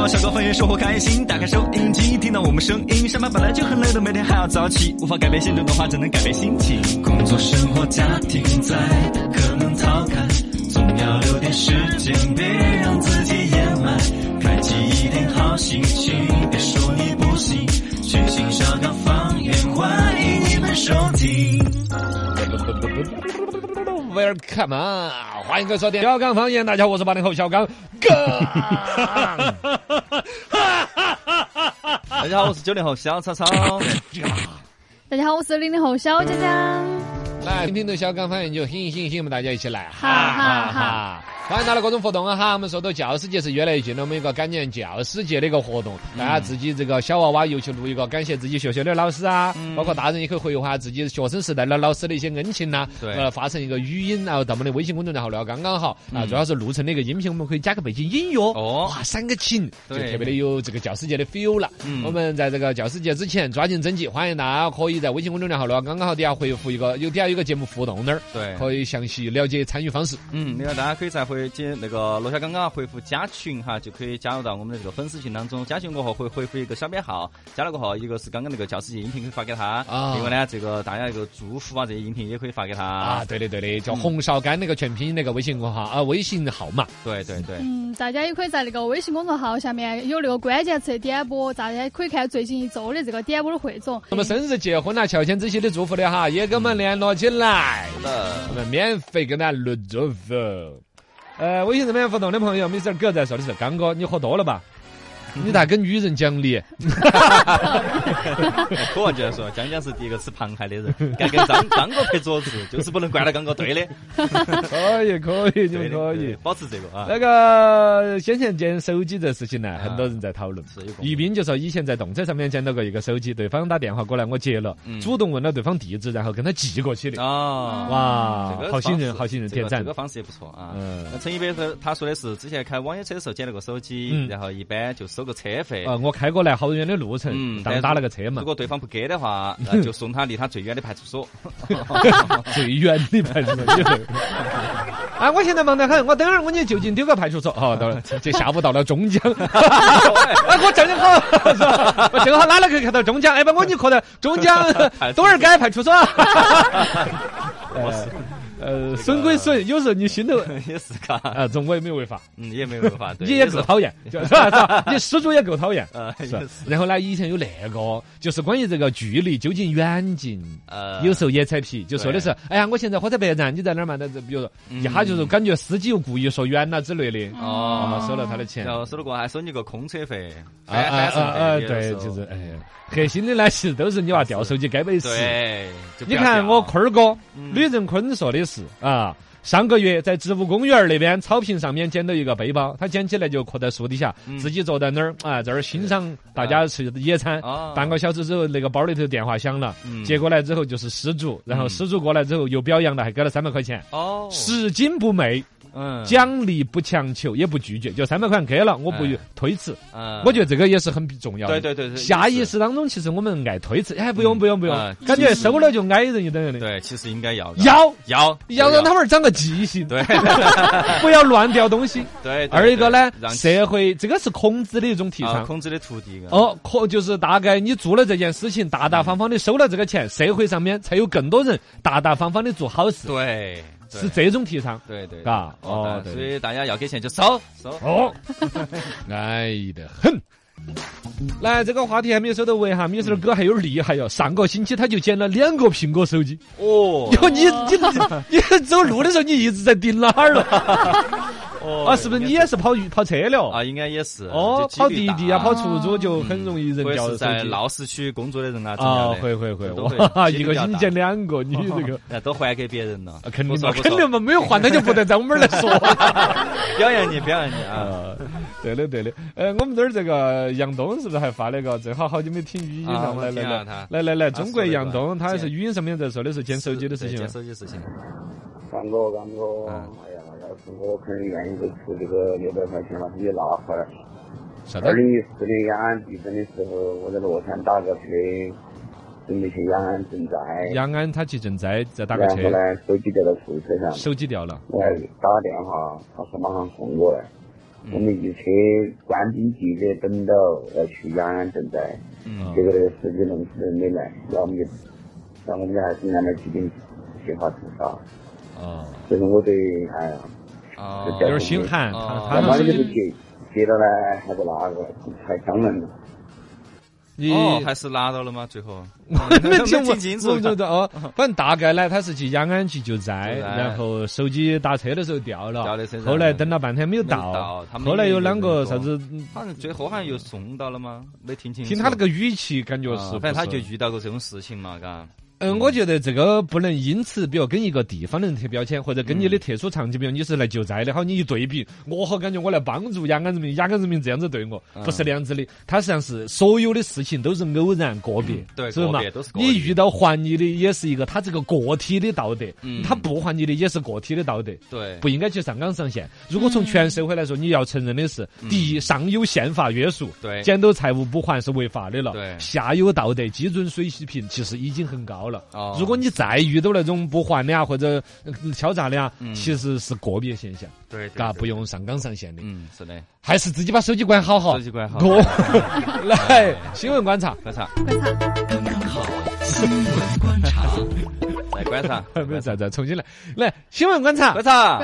到小高方言，生活开心。打开收音机，听到我们声音。上班本来就很累的，每天还要早起，无法改变现状的话，只能改变心情。工作、生活、家庭在，可能逃开，总要留点时间，别让自己掩埋。开启一点好心情，别说你不行。全新小高方言，欢迎你们收听。 Welcome 啊！欢迎各位收听小刚方言。大家好，我是80后小刚哥。 大家好，我是90后小草草。 大家好，我是00后小江江。 来，听到小刚方言就醒，我们大家一起来， 哈哈哈！ 欢迎大家各种活动啊哈！我们说到教师节是越来越近了，我们一个感念教师节的一个活动，大家自己这个小娃娃又去录一个感谢自己学校的老师啊，包括大人也可以回忆下自己学生时代的老师的一些恩情呐，发成一个语音，然后到我们的微信公众号聊刚刚好啊，主要是录成那个音频，我们可以加个背景音乐，哇，煽个情，就特别的有这个教师节的 feel 了。我们在这个教师节之前抓紧征集，欢迎大家可以在微信公众号聊刚刚好底下回复一个，底下有个节目互动那儿，对，可以详细了解参与方式。 另外大家可以再回接那个。罗小刚刚回复加群哈，就可以加入到我们的这个粉丝群当中。加群过后会回复一个小编号，加了过后，一个是刚刚那个教师节音频可以发给他，另外呢，这个大家一个祝福啊，这些音频也可以发给他啊。 对的，叫红烧干那个全拼那个微信公号啊，微信号嘛。对。 大家也可以在那个微信公众号下面有那个关键词点播，大家可以看最近一周的这个点播的汇总。 那么生日、结婚啊、乔迁这些的祝福的哈，也跟我们联络起来了，我们免费跟大家录祝福。微信这边互动的朋友，Mr. 哥在说的是刚哥，你喝多了吧？你咋跟女人讲理？ 我忘记了说，江江是第一个吃螃蟹的人，该跟张哥配桌子，就是不能怪到刚哥。对的， 可以，你们可以保持这个啊。 那个先前捡手机这事情呢，很多人在讨论。一斌就说以前在动车上面捡到过一个手机，对方打电话过来，我接了，主动问了对方地址，然后跟他寄过去的。哇，好心人，点赞。 这个方式也不错啊。陈一北他说的是之前开网约车的时候捡了个手机，然后一般就收个车费。 我开过来好远的路程，打了个车嘛。 如果对方不给的话，就送他离他最远的派出所。 最远的派出所。啊！我现在忙得很，我等会儿我你就近丢个派出所。好，到了，这下午到了中江。我正好，我正好哪了可以看到中江？哎，把我你靠到中江东儿街派出所。损归损，有时候你心头也是嘎啊，总我也没有违法， 也没有违法， 你也够讨厌，是吧？你失主也够讨厌，是。然后呢，以前有那个，就是关于这个距离究竟远近，有时候也扯皮，就说的是，哎呀，我现在火车北站，你在哪儿嘛？那比如说一下就是感觉司机又故意说远了之类的，收了他的钱， 然后收了过还收你个空车费， 对，就是哎呀。核心的呢，其实都是你娃掉手机该没事。 对， 你看我坤儿哥，吕振坤说的是啊，上个月在植物公园那边草坪上面捡到一个背包，他捡起来就扣在树底下，自己坐在那儿啊，这儿欣赏大家吃野餐。半个小时之后，那个包里头电话响了，接过来之后就是失主，然后失主过来之后又表扬了，还给了300块钱。拾金不昧。奖励不强求，也不拒绝，就300块给了，我不推辞。我觉得这个也是很重要的。 对。 下意识当中，其实我们爱推辞，哎，不用，感觉收了就矮人一等的。 对，其实应该要让他们长个记性。对，不要乱掉东西。对。二一个呢，社会这个是孔子的一种提倡， 孔子的徒弟。 就是大概你做了这件事情，大大方方的收了这个钱，社会上面才有更多人大大方方的做好事。 对。 是这种提倡， 对， 嘎， 对，所以大家要给钱就收， 爱得很。来，这个话题还没有收到尾哈，米斯哥还有厉害哟！上个星期他就捡了2个苹果手机。你走路的时候你一直在盯哪儿了？是不是你也是跑车了？ 应该也是。 跑滴滴啊，跑出租就很容易人掉手机。 在闹市区工作的人啊， 会。一个星期捡2个，你这个都还给别人了。 肯定嘛，没有还他就不得在我们这儿来说。 表扬你啊！ 对的。我们这儿这个杨东是不是还发了个？正好好久没听语音了，来，中国杨东他是语音上面在说的是捡手机的事情。 捡手机的事情。 刚哥，哎呀，要是我肯定愿意就出这个600块钱把自己拿回来。2014年雅安地震的时候，我在乐山打个车，准备去雅安赈灾。 雅安他去赈灾，再打个车。 然后呢，手机掉到树车上。 手机掉了。 我还打电话，他说马上送过来。 我们一车官兵记者等到要去雅安赈灾，结果司机弄死没来，然后我们还是按照既定计划出发。所以说我对有点心寒。 他把你这个接到呢，还是那个太伤人了。 还是拿到了吗？最后没听清楚。 反正大概呢，他是去雅安去救灾，然后手机打车的时候掉了，后来等了半天没有到，后来有两个啥子， 好像最后好像又送到了吗？没听清楚。 听他那个语气，感觉是， 反正他就遇到过这种事情嘛，嘎。 我觉得这个不能因此，比如跟一个地方的人贴标签，或者跟你的特殊场景，比如你是来救灾的，好，你一对比，我好感觉我来帮助雅安人民，雅安人民这样子对我，不是那样子的。它实际上是所有的事情都是偶然个别， 对， 是嘛？你遇到还你的也是一个他这个个体的道德，他不还你的也是个体的道德， 对， 不应该去上纲上线。如果从全社会来说，你要承认的是，第一，上有宪法约束， 对， 捡到财物不还是违法的了， 对， 下有道德基准水平其实已经很高了。如果你再遇到那种不还的啊，或者敲诈的啊，其实是个别现象， 对， 不用上纲上线的。 是的， 还是自己把手机管好。 手机管好。 来，新闻观察。 刚刚好，新闻观察。 来观察， 没有再重新来，新闻观察。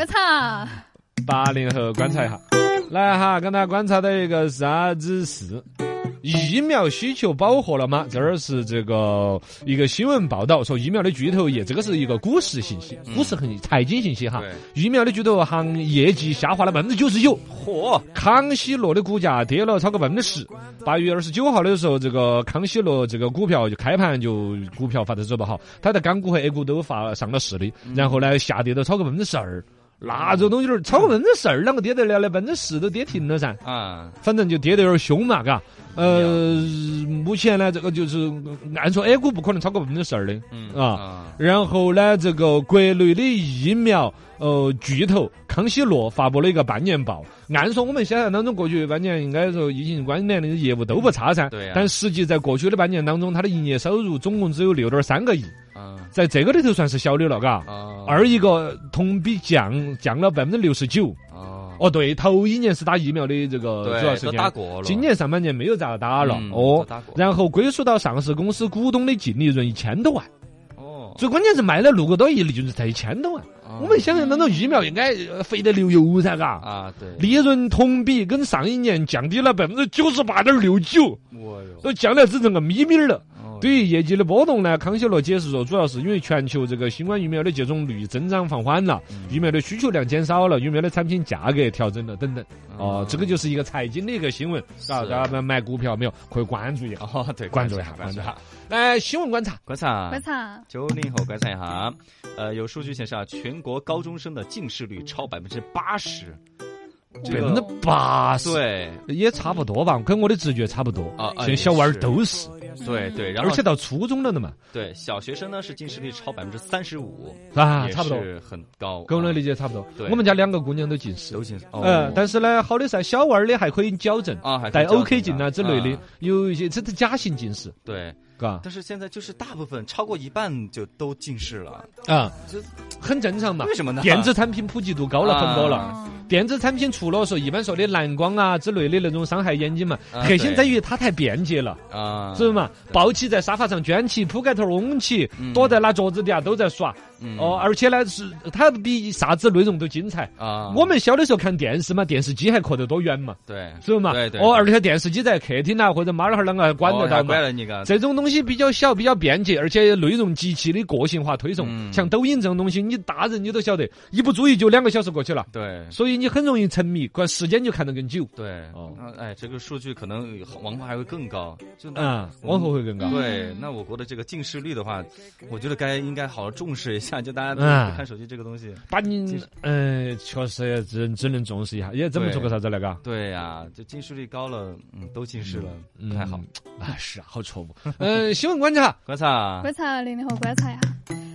80后观察一下，来哈，跟大家观察到一个啥子事。疫苗需求饱和了吗？这儿是这个一个新闻报道说疫苗的巨头业，这个是一个股市信息，股市很财经信息哈。疫苗的巨头行业绩下滑了99%，康希诺的股价跌了超过10%。8月29号的时候，这个康希诺这个股票就开盘就股票发的走不好，它在港股和 A 股都上了市的，然后呢下跌到超过12%。那这东西超过12%，啷个跌得了呢？10%都跌停了噻。反正就跌得有点凶嘛，嘎。目前呢，这个就是按说 A 股不可能超过12%的，然后呢，这个国内的疫苗巨头康希诺发布了一个半年报。按说我们想象当中，过去半年应该说疫情关联的业务都不差噻。 对。 但实际在过去的半年当中，它的营业收入总共只有6.3个亿。在这个里头算是小的了，嘎。而一个同比降了69%。对，头一年是打疫苗的这个主要时间， 打过了。 今年上半年没有咋打了。然后归属到上市公司股东的净利润1000多万。最关键是卖了6个多亿，利润才1000多万。我们想象当中疫苗应该肥得流油噻，嘎。 对。 利润同比跟上一年降低了98.69%，都降了只剩个咪咪了。对于业绩的波动呢，康希诺解释说，主要是因为全球这个新冠疫苗的接种率增长放缓了，疫苗的需求量减少了，疫苗的产品价格调整了等等。这个就是一个财经的一个新闻，大家买股票没有可以关注一下。 对， 关注一下。来，新闻观察。 90后观察一下。有数据显示全国高中生的近视率超80%。 80%， 对， 也差不多吧，跟我的直觉差不多。现在小娃儿都是。 对，然后而且到初中了的嘛。 对，小学生呢是近视率超35% 差不多， 是很高。 跟我的理解差不多。 对， 我们家2个姑娘都近视。但是呢，好的是小娃儿的还可以矫正戴 OK 镜啊之类的，有一些这是假性近视。 对。 但是现在就是大部分超过一半就都近视了这很正常嘛。 为什么呢？ 电子产品普及度高了很多了。电子产品除了说一般说的蓝光啊之类的那种伤害眼睛嘛，核心在于它太便捷了是嘛？抱起在沙发上卷起，铺盖头翁起，躲在那桌子底下都在耍。而且呢是它比啥子内容都精彩我们小的时候看电视嘛，电视机还靠得多远嘛？ 对， 是嘛？ 对。 而且电视机在客厅啊或者马儿啷个还管得到嘛？这种东西比较小，比较便捷，而且内容极其的个性化推送。像抖音这种东西，你大人你都晓得，一不注意就2个小时过去了。 对， 所以你很容易沉迷，时间就看得更久。 对，这个数据可能往后还会更高， 往后会更高。 对，那我国的这个近视率的话，我觉得应该好好重视一下，就大家看手机这个东西。把你确实只能重视一下，也整不出个啥子来嘎。 对呀，就近视率高了，都近视了，不太好。 是啊，好错误。新闻观察 ，00后观察呀。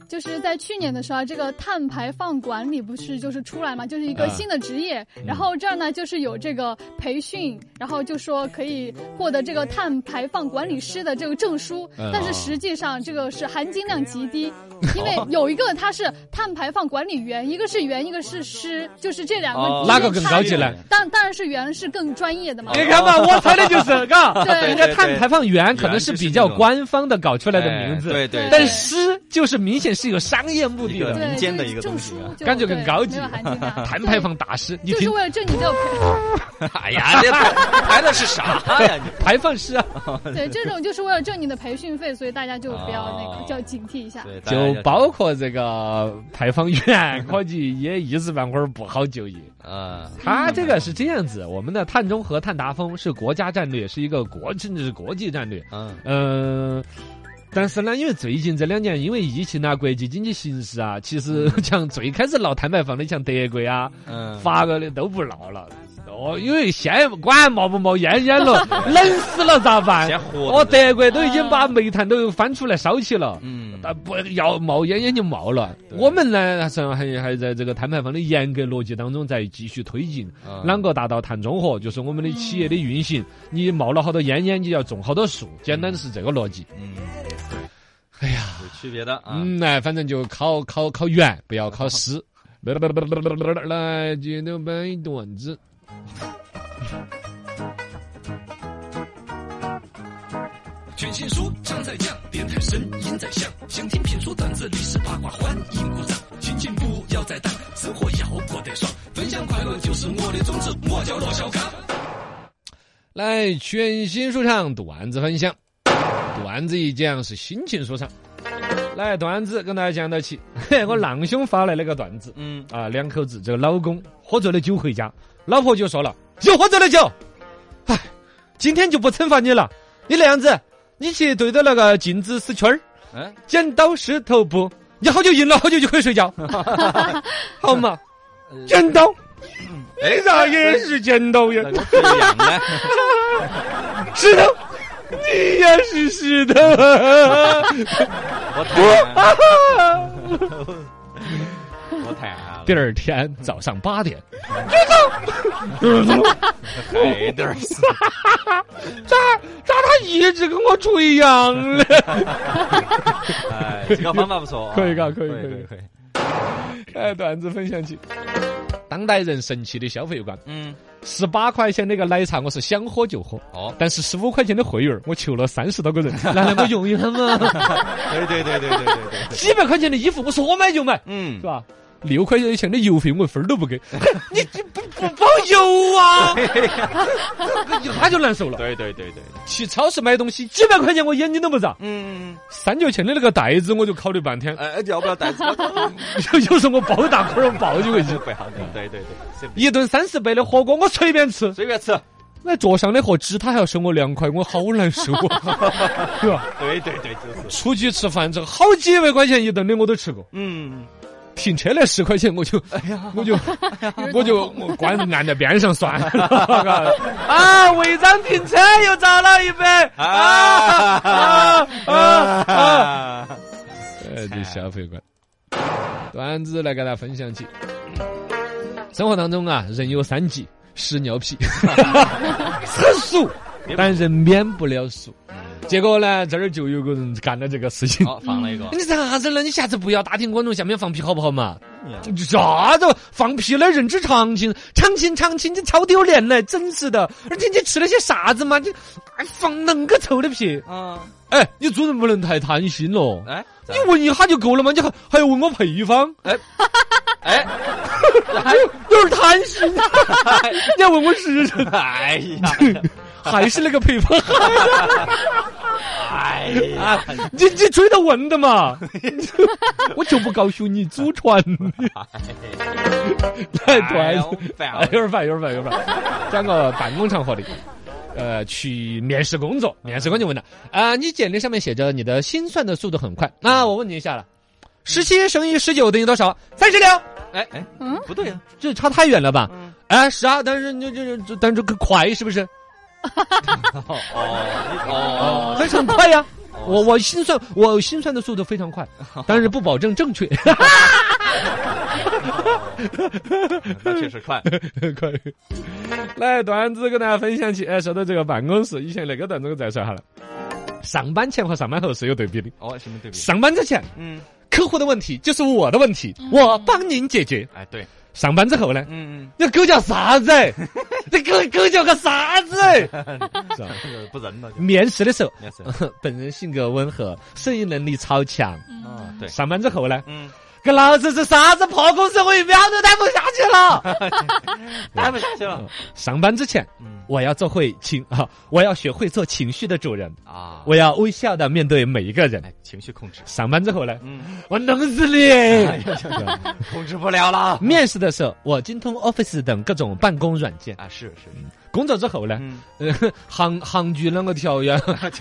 就是在去年的时候，这个碳排放管理不是就是出来嘛，就是一个新的职业。然后这儿呢就是有这个培训，然后就说可以获得这个碳排放管理师的这个证书，但是实际上这个是含金量极低，因为有一个它是碳排放管理员，一个是员，一个是师，就是这两个哪个更高级呢？ 当然是员是更专业的嘛。 你看嘛，我猜的就是嘎， 对， 人家碳排放员可能是比较官方的搞出来的名字， 对， 但师就是明显是有商业目的的， 民间的一个东西， 感觉更高级。碳排放大师，你就是为了挣你这个哎呀，这排的是啥呀？ 排放师啊？ 对，这种就是为了挣你的培训费，所以大家就不要那个，就要警惕一下。 就包括这个排放员，估计也一时半会儿不好就业啊。他这个是这样子，我们的碳中和、碳达峰是国家战略，是一个甚至是国际战略。但是呢，因为最近这2年，因为疫情啊、国际经济形势啊，其实像最开始闹碳排放的，像德国啊、法国的都不闹了。因为现在管冒不冒烟了，冷死了咋办？德国都已经把煤炭都翻出来烧起了，不要冒烟就冒了。我们呢，还在这个碳排放的严格逻辑当中在继续推进，啷个达到碳中和？就是我们的企业的运行，你冒了好多烟，你就要种好多树，简单的是这个逻辑。哎呀， 有区别的啊。 反正就考圆，不要考诗。来，接着摆段子。 全新书唱在讲，电台声音在响，想听评书段子历史八卦，欢迎鼓掌。心情不要再淡，生活要过得爽，分享快乐就是我的宗旨，我叫罗小刚。 来，全新书场段子分享，段子一讲是心情舒畅。来，段子跟大家讲到起，我郎兄发来了个段子，2口子，这个老公喝醉了酒回家，老婆就说了，就喝醉了酒，哎，今天就不惩罚你了，你那样子，你去对着那个镜子撕圈儿，剪刀石头布，你好久赢了，好久就可以睡觉，好嘛？剪刀，为啥也是剪刀呀？石头。你也是石头啊！ 我太爱了。 第二天早上8点， 还点死， 咋他一直跟我处一样了？ 哎，这个方法不错， 可以。哎，段子分享起，当代人神奇的消费观。18块钱那个奶茶我是想喝就喝，但是15块钱的会员我求了30多个人，拿来我用一下嘛。 对， 几百块钱的衣服我说买就买，是吧？6块钱的邮费我分都不给，你不包邮啊？他就难受了。 对。 去超市买东西几百块钱我眼睛都不眨。3角钱的那个袋子我就考虑半天， 要不要袋子？ 有时候我包大块我包就回去。 对， 一顿30倍的火锅我随便吃。那桌上的和纸他还要收我2块，我好难受啊，是吧？ 对，就是出去吃饭这个好几百块钱一顿的我都吃过。停车来10块钱我就关按在边上算了。啊，违章停车又找了一百这消费观。段子来给大家分享起，生活当中啊，人有3急，屎尿屁，很俗，但人免不了俗。结果呢，这儿就有个人干了这个事情， 放了一个。 你啥子呢？你下次不要大庭广众下面放屁好不好嘛？啥子放屁呢？人之常情，你超丢脸嘞！真是的，而且你吃了些啥子嘛？你放那个臭的屁啊！哎，你做人不能太贪心了。哎，你闻一下就够了嘛？你还要问我配方？有点贪心，你要问我时辰？ 哎呀！ 还是那个配方， 哎呀， 你追着问的嘛，我就不告诉你祖传。来段子，有点烦。讲个办公场合的，去面试工作，面试官就问了你简历上面写着你的心算的速度很快，那我问你一下了，17乘以19等于多少？36。 不对啊， 这差太远了吧？是啊，但是但这个快是不是？非常快呀！ 我心算的速度非常快，但是不保证正确。 那确实快。 来，段子跟大家分享起。说到这个办公室，以前那个段子我再说好了。上班前和上班后是有对比的。 什么对比？ 上班之前，客户的问题就是我的问题，我帮您解决。 对。 上班之后呢？这狗叫啥子？这狗叫个啥子？ 不仁了。 面试的时候，本人性格温和，适应能力超强。 对。 上班之后呢？跟老子是啥子破公司，我一秒都待不下去了， 待不下去了。 上班之前，我要做会我要学会做情绪的主人啊！我要微笑的面对每一个人， 情绪控制。 上班之后呢，我弄死你， 控制不了了。 面试的时候，我精通 Office 等各种办公软件啊，是。 工作之后呢，行距啷个调呀？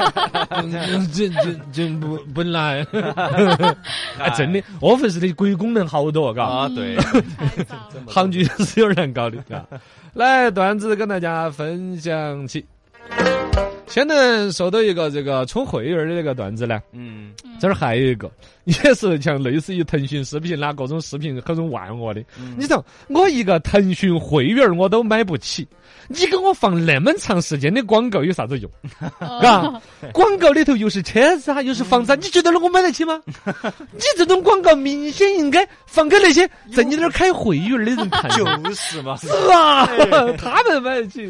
这本来，真的 Office 的鬼功能好多，嘎啊，对， 行距是有点难搞的，嘎。来，段子跟大家分享起。现在说到一个这个充会员的那个段子呢，这儿还有一个，也是像类似于腾讯视频啦，各种视频各种玩我的。你想，我一个腾讯会员我都买不起，你给我放那么长时间的广告有啥子用？啊，广告里头又是车子啊，又是房子啊，你觉得我买得起吗？你这种广告明显应该放给那些在你那儿开会员的人看。 就是嘛， 是啊，他们买得起。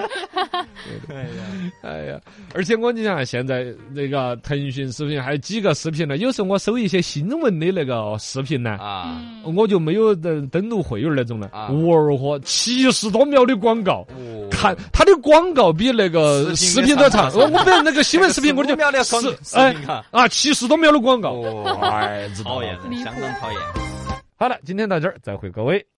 哎呀，而且你想现在那个腾讯视频还有几个视频呢，有时候我搜一些新闻的那个视频呢，我就没有登录会员那种了。70多秒的广告，看他的广告比那个视频都长。我本来那个新闻视频我就70多秒的广告， 讨厌，相当讨厌。 好了，今天到这儿，再会各位。